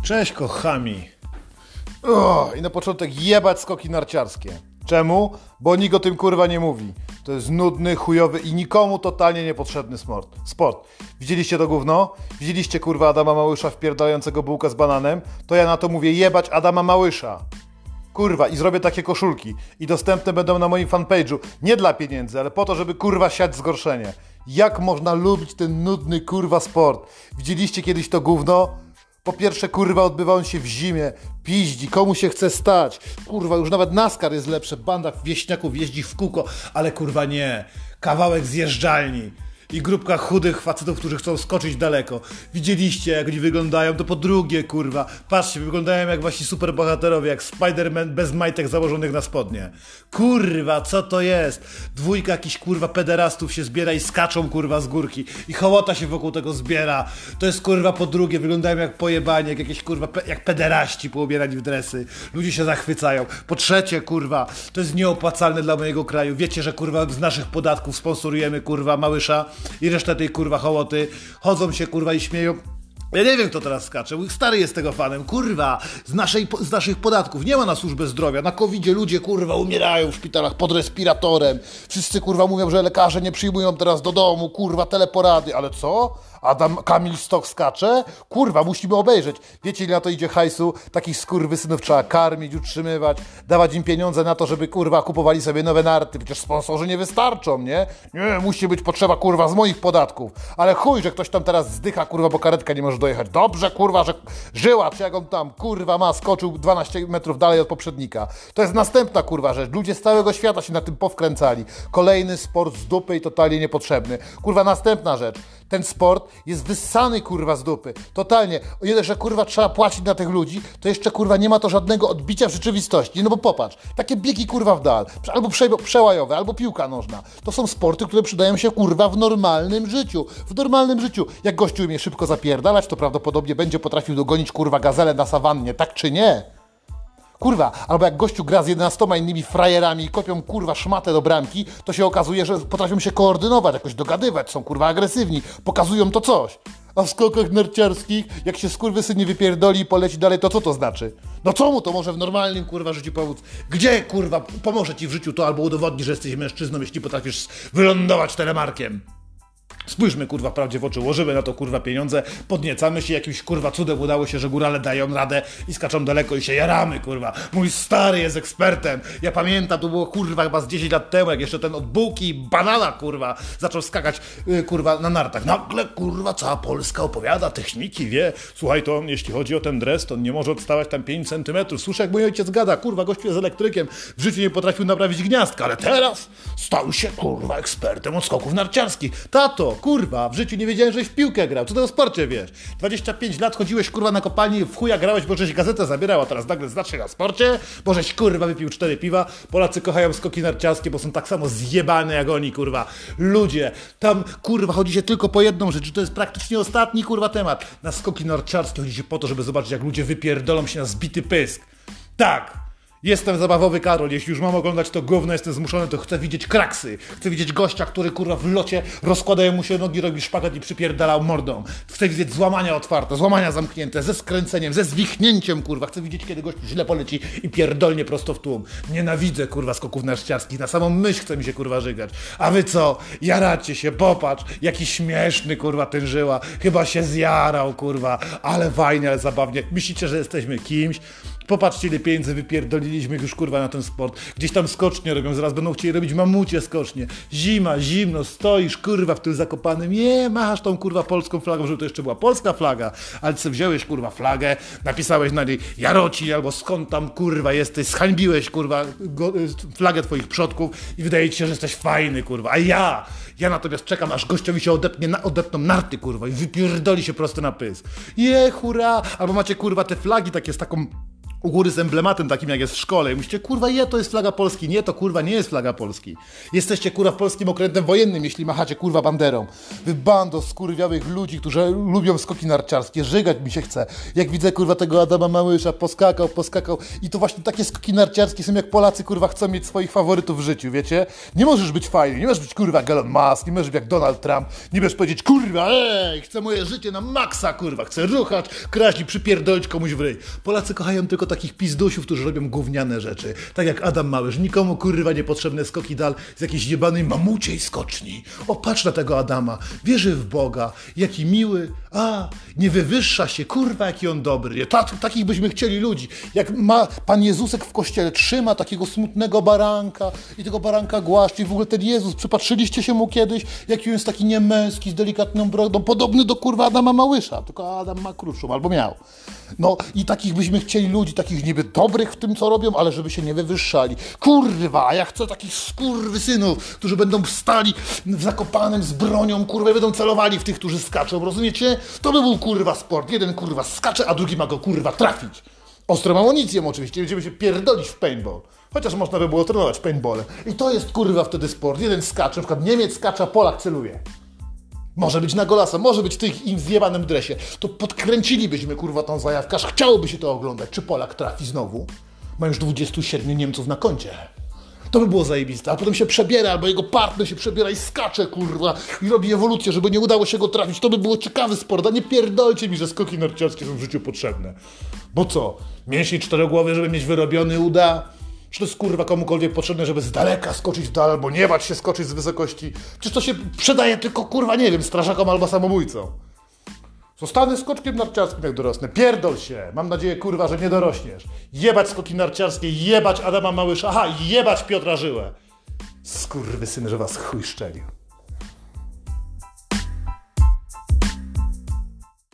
Cześć kochami. I na początek jebać skoki narciarskie. Czemu? Bo nikt o tym kurwa nie mówi. To jest nudny, chujowy i nikomu totalnie niepotrzebny sport. Widzieliście to gówno? Widzieliście kurwa Adama Małysza wpierdalającego bułkę z bananem? To ja na to mówię jebać Adama Małysza. Kurwa, i zrobię takie koszulki. I dostępne będą na moim fanpage'u. Nie dla pieniędzy, ale po to, żeby kurwa siać zgorszenie. Jak można lubić ten nudny kurwa sport? Widzieliście kiedyś to gówno? Po pierwsze, kurwa, odbywa on się w zimie, piździ, komu się chce stać. Kurwa, już nawet NASCAR jest lepsze, banda wieśniaków jeździ w kółko, ale kurwa nie. Kawałek zjeżdżalni i grupka chudych facetów, którzy chcą skoczyć daleko. Widzieliście, jak oni wyglądają? To po drugie, kurwa. Patrzcie, wyglądają jak właśnie superbohaterowie, jak Spider-Man bez majtek założonych na spodnie. Kurwa, co to jest? Dwójka jakichś, kurwa, pederastów się zbiera i skaczą, kurwa, z górki. I hołota się wokół tego zbiera. To jest, kurwa, po drugie, wyglądają jak pojebanie, jak jakieś, kurwa, jak pederaści poubierani w dresy. Ludzie się zachwycają. Po trzecie, kurwa, to jest nieopłacalne dla mojego kraju. Wiecie, że, kurwa, z naszych podatków sponsorujemy, kurwa, Małysza i resztę tej, kurwa, hołoty. Chodzą się, kurwa, i śmieją. Ja nie wiem, kto teraz skacze. Mój stary jest tego fanem. Kurwa, z naszych podatków. Nie ma na służbę zdrowia. Na COVID-zie ludzie, kurwa, umierają w szpitalach pod respiratorem. Wszyscy, kurwa, mówią, że lekarze nie przyjmują teraz do domu. Kurwa, teleporady. Ale co? Kamil Stok skacze? Kurwa, musimy obejrzeć. Wiecie, ile na to idzie hajsu? Takich skurwysynów trzeba karmić, utrzymywać, dawać im pieniądze na to, żeby, kurwa, kupowali sobie nowe narty. Przecież sponsorzy nie wystarczą, nie? Nie, musi być potrzeba, kurwa, z moich podatków. Ale chuj, że ktoś tam teraz zdycha, kurwa, bo karetka nie może dojechać. Dobrze, kurwa, że żyła, czy jak on tam, kurwa, skoczył 12 metrów dalej od poprzednika. To jest następna, kurwa, rzecz. Ludzie z całego świata się na tym powkręcali. Kolejny sport z dupy i totalnie niepotrzebny. Kurwa, następna rzecz. Ten sport jest wyssany, kurwa, z dupy. Totalnie. O ile, że, kurwa, trzeba płacić na tych ludzi, to jeszcze, kurwa, nie ma to żadnego odbicia w rzeczywistości. No bo popatrz, takie biegi, kurwa, w dal, albo przełajowe, albo piłka nożna. To są sporty, które przydają się, kurwa, w normalnym życiu. W normalnym życiu. Jak gościu umie szybko zapierdalać, to prawdopodobnie będzie potrafił dogonić, kurwa, gazelę na sawannie. Tak czy nie? Kurwa, albo jak gościu gra z 11 innymi frajerami i kopią, kurwa, szmatę do bramki, to się okazuje, że potrafią się koordynować, jakoś dogadywać, są, kurwa, agresywni, pokazują to coś. A w skokach narciarskich, jak się skurwysyn nie wypierdoli i poleci dalej, to co to znaczy? No co mu to może w normalnym, kurwa, życiu pomóc? Gdzie, kurwa, pomoże ci w życiu to albo udowodni, że jesteś mężczyzną, jeśli potrafisz wylądować telemarkiem? Spójrzmy, kurwa, prawdzie w oczy, łożymy na to, kurwa, pieniądze, podniecamy się, jakimś, kurwa, cudem udało się, że górale dają radę i skaczą daleko i się jaramy, kurwa. Mój stary jest ekspertem. Ja pamiętam, to było, kurwa, chyba z 10 lat temu, jak jeszcze ten od bułki i banana, kurwa, zaczął skakać, kurwa, na nartach. Nagle, kurwa, cała Polska opowiada, techniki, wie. Słuchaj, to jeśli chodzi o ten dres, to on nie może odstawać tam 5 centymetrów. Słyszę, jak mój ojciec gada, kurwa, gościu jest elektrykiem, w życiu nie potrafił naprawić gniazdka, ale teraz stał się, kurwa, ekspertem od skoków narciarskich. Tato, kurwa, w życiu nie wiedziałem, żeś w piłkę grał. Co ty o sporcie wiesz? 25 lat chodziłeś, kurwa, na kopalni, w chuja grałeś, bo żeś gazetę zabierał, a teraz nagle znasz się na sporcie, bo żeś, kurwa, wypił 4 piwa. Polacy kochają skoki narciarskie, bo są tak samo zjebane jak oni, kurwa. Ludzie, tam, kurwa, chodzi się tylko po jedną rzecz, to jest praktycznie ostatni, kurwa, temat. Na skoki narciarskie chodzi się po to, żeby zobaczyć, jak ludzie wypierdolą się na zbity pysk. Tak! Jestem zabawowy Karol, jeśli już mam oglądać to gówno, jestem zmuszony, to chcę widzieć kraksy. Chcę widzieć gościa, który, kurwa, w locie rozkładają mu się nogi, robi szpagat i przypierdalał mordą. Chcę widzieć złamania otwarte, złamania zamknięte, ze skręceniem, ze zwichnięciem, kurwa. Chcę widzieć, kiedy gościu źle poleci i pierdolnie prosto w tłum. Nienawidzę, kurwa, skoków narciarskich, na samą myśl chce mi się, kurwa, żygać. A wy co? Jaracie się, popatrz, jaki śmieszny, kurwa, ten żyła. Chyba się zjarał, kurwa, ale fajnie, ale zabawnie. Myślicie, że jesteśmy kimś? Popatrzcie, ile pieniędzy wypierdoliliśmy już, kurwa, na ten sport. Gdzieś tam skocznie robią, zaraz będą chcieli robić mamucie skocznie. Zima, zimno, stoisz, kurwa, w tym Zakopanem. Nie, machasz tą, kurwa, polską flagą, żeby to jeszcze była polska flaga. Ale ty wziąłeś, kurwa, flagę, napisałeś na niej Jaroci, albo skąd tam, kurwa, jesteś, zhańbiłeś, kurwa, flagę twoich przodków i wydaje ci się, że jesteś fajny, kurwa. A ja natomiast czekam, aż gościowi się odepną narty, kurwa, i wypierdoli się prosto na pysk. Hurra! Albo macie, kurwa, te flagi takie z taką u góry z emblematem takim jak jest w szkole. I myślicie, kurwa, to jest flaga Polski. Nie, to kurwa nie jest flaga Polski. Jesteście kurwa polskim okrętem wojennym, jeśli machacie kurwa banderą. Wy bando skurwiałych ludzi, którzy lubią skoki narciarskie. Żygać mi się chce. Jak widzę kurwa tego Adama Małysza, poskakał. I to właśnie takie skoki narciarskie są, jak Polacy kurwa chcą mieć swoich faworytów w życiu, wiecie? Nie możesz być fajny, nie możesz być kurwa jak Elon Musk, nie możesz być jak Donald Trump, nie możesz powiedzieć, kurwa, chcę moje życie na maksa, kurwa, chcę ruchać, kraść i przypierdolić komuś w ryj. Polacy kochają tylko takich pizdusiów, którzy robią gówniane rzeczy. Tak jak Adam Małysz, nikomu kurwa niepotrzebne skoki dal z jakiejś jebanej mamuciej skoczni. O, patrz na tego Adama, wierzy w Boga, jaki miły, nie wywyższa się, kurwa, jaki on dobry. Takich byśmy chcieli ludzi. Jak ma Pan Jezusek w kościele, trzyma takiego smutnego baranka i tego baranka głaszczy. I w ogóle ten Jezus, przypatrzyliście się mu kiedyś, jaki on jest taki niemęski, z delikatną brodą, podobny do kurwa Adama Małysza, tylko Adam ma krótszą, albo miał. No i takich byśmy chcieli ludzi, takich niby dobrych w tym, co robią, ale żeby się nie wywyższali. Kurwa, ja chcę takich skurwysynów, którzy będą stali w Zakopanem z bronią, kurwa, i będą celowali w tych, którzy skaczą, rozumiecie? To by był kurwa sport. Jeden kurwa skacze, a drugi ma go kurwa trafić. Ostrą amunicją oczywiście, będziemy się pierdolić w paintball. Chociaż można by było trenować paintballem. I to jest kurwa wtedy sport. Jeden skacze, na przykład Niemiec skacze, a Polak celuje. Może być na golasa, może być w tych im zjebanym dresie. To podkręcilibyśmy kurwa tą zajawkę, aż chciałoby się to oglądać. Czy Polak trafi znowu? Ma już 27 Niemców na koncie. To by było zajebiste, a potem się przebiera, albo jego partner się przebiera i skacze, kurwa, i robi ewolucję, żeby nie udało się go trafić. To by było ciekawy sport, a nie pierdolcie mi, że skoki narciarskie są w życiu potrzebne. Bo co? Mięsień czterogłowy, żeby mieć wyrobiony uda? Czy to jest kurwa komukolwiek potrzebne, żeby z daleka skoczyć w dal, albo nie bać się skoczyć z wysokości? Czy to się przydaje tylko, kurwa, nie wiem, strażakom albo samobójcom? Zostanę skoczkiem narciarskim, jak dorosnę. Pierdol się. Mam nadzieję, kurwa, że nie dorośniesz. Jebać skoki narciarskie, jebać Adama Małysza, i jebać Piotra Żyłę. Skurwysyn, że was chuj szczelił.